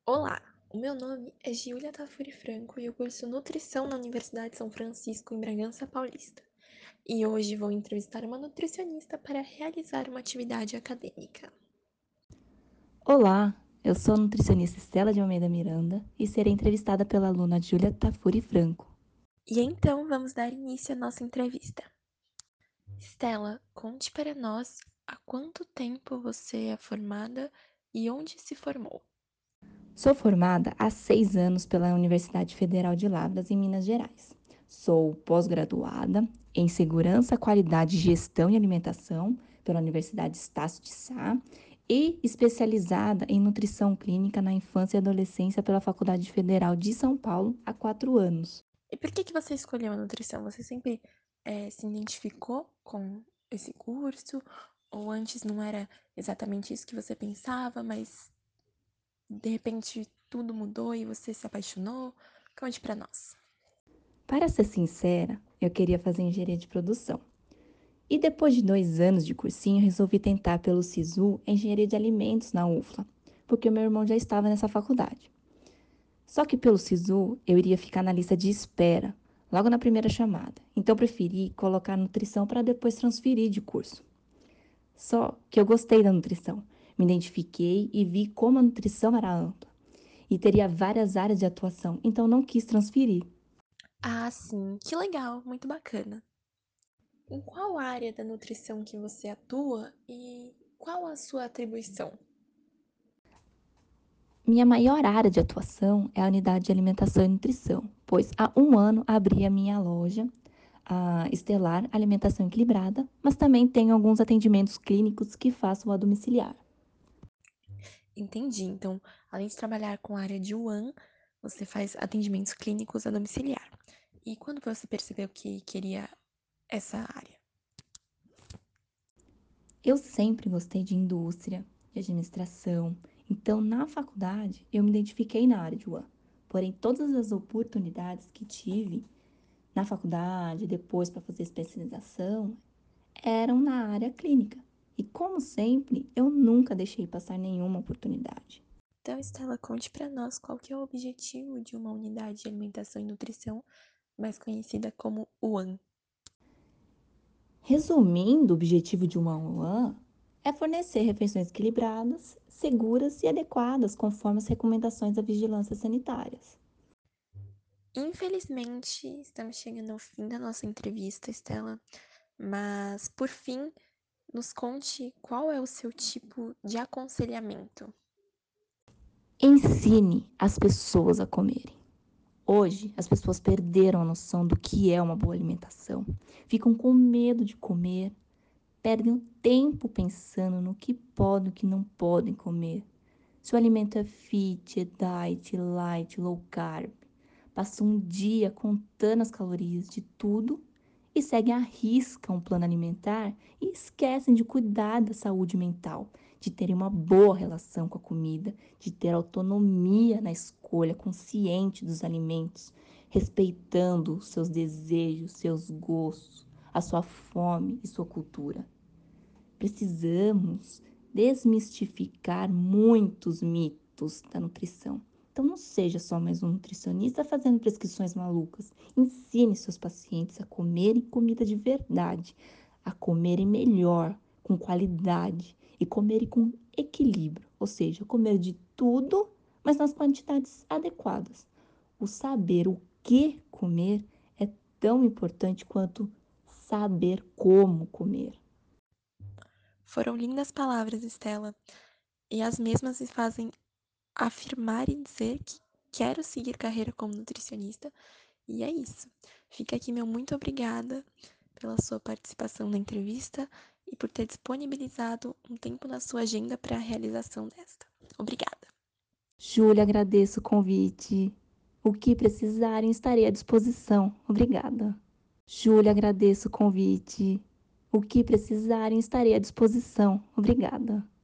Olá, o meu nome é Giulia Tafuri Franco e eu curso Nutrição na Universidade São Francisco, em Bragança Paulista. E hoje vou entrevistar uma nutricionista para realizar uma atividade acadêmica. Olá, eu sou a nutricionista Estela de Almeida Miranda e serei entrevistada pela aluna Júlia Tafuri Franco. E então vamos dar início à nossa entrevista. Stella, conte para nós há quanto tempo você é formada e onde se formou. Sou formada há 6 anos pela Universidade Federal de Lavras, em Minas Gerais. Sou pós-graduada em Segurança, Qualidade, Gestão e Alimentação pela Universidade Estácio de Sá e especializada em Nutrição Clínica na Infância e Adolescência pela Faculdade Federal de São Paulo há 4 anos. E por que você escolheu a nutrição? Você sempre se identificou com esse curso? Ou antes não era exatamente isso que você pensava, mas de repente tudo mudou e você se apaixonou? Conte pra nós. Para ser sincera, eu queria fazer engenharia de produção. E depois de 2 anos de cursinho, resolvi tentar pelo SISU Engenharia de Alimentos na UFLA, porque o meu irmão já estava nessa faculdade. Só que pelo SISU eu iria ficar na lista de espera, logo na primeira chamada. Então preferi colocar nutrição para depois transferir de curso. Só que eu gostei da nutrição, me identifiquei e vi como a nutrição era ampla e teria várias áreas de atuação, então não quis transferir. Ah, sim, que legal, muito bacana. Em qual área da nutrição que você atua e qual a sua atribuição? Minha maior área de atuação é a unidade de alimentação e nutrição, pois há 1 ano abri a minha loja, a Estelar Alimentação Equilibrada, mas também tenho alguns atendimentos clínicos que faço a domiciliar. Entendi. Então, além de trabalhar com a área de UAN, você faz atendimentos clínicos a domiciliar. E quando você percebeu que queria essa área? Eu sempre gostei de indústria, de administração, então na faculdade eu me identifiquei na área de UAN. Porém, todas as oportunidades que tive na faculdade, depois para fazer especialização, eram na área clínica. E como sempre, eu nunca deixei passar nenhuma oportunidade. Então, Estela, conte para nós qual que é o objetivo de uma unidade de alimentação e nutrição, mais conhecida como UAN. Resumindo, o objetivo de uma UAN é fornecer refeições equilibradas, seguras e adequadas conforme as recomendações da vigilância sanitárias. Infelizmente, estamos chegando ao fim da nossa entrevista, Estela, mas por fim, nos conte qual é o seu tipo de aconselhamento. Ensine as pessoas a comerem. Hoje, as pessoas perderam a noção do que é uma boa alimentação. Ficam com medo de comer, perdem o tempo pensando no que podem e o que não podem comer. Se o alimento é fit, é diet, light, low carb, passam um dia contando as calorias de tudo e seguem à risca um plano alimentar e esquecem de cuidar da saúde mental, de terem uma boa relação com a comida, de ter autonomia na escolha consciente dos alimentos, respeitando seus desejos, seus gostos, a sua fome e sua cultura. Precisamos desmistificar muitos mitos da nutrição. Então, não seja só mais um nutricionista fazendo prescrições malucas. Ensine seus pacientes a comerem comida de verdade, a comerem melhor, com qualidade e comerem com equilíbrio, ou seja, comer de tudo, mas nas quantidades adequadas. O saber o que comer é tão importante quanto saber como comer. Foram lindas palavras, Estela, e as mesmas me fazem afirmar e dizer que quero seguir carreira como nutricionista, e é isso. Fica aqui meu muito obrigada pela sua participação na entrevista e por ter disponibilizado um tempo na sua agenda para a realização desta. Obrigada. Júlia, agradeço o convite. O que precisarem, estarei à disposição. Obrigada. Júlia, agradeço o convite. O que precisarem, estarei à disposição. Obrigada.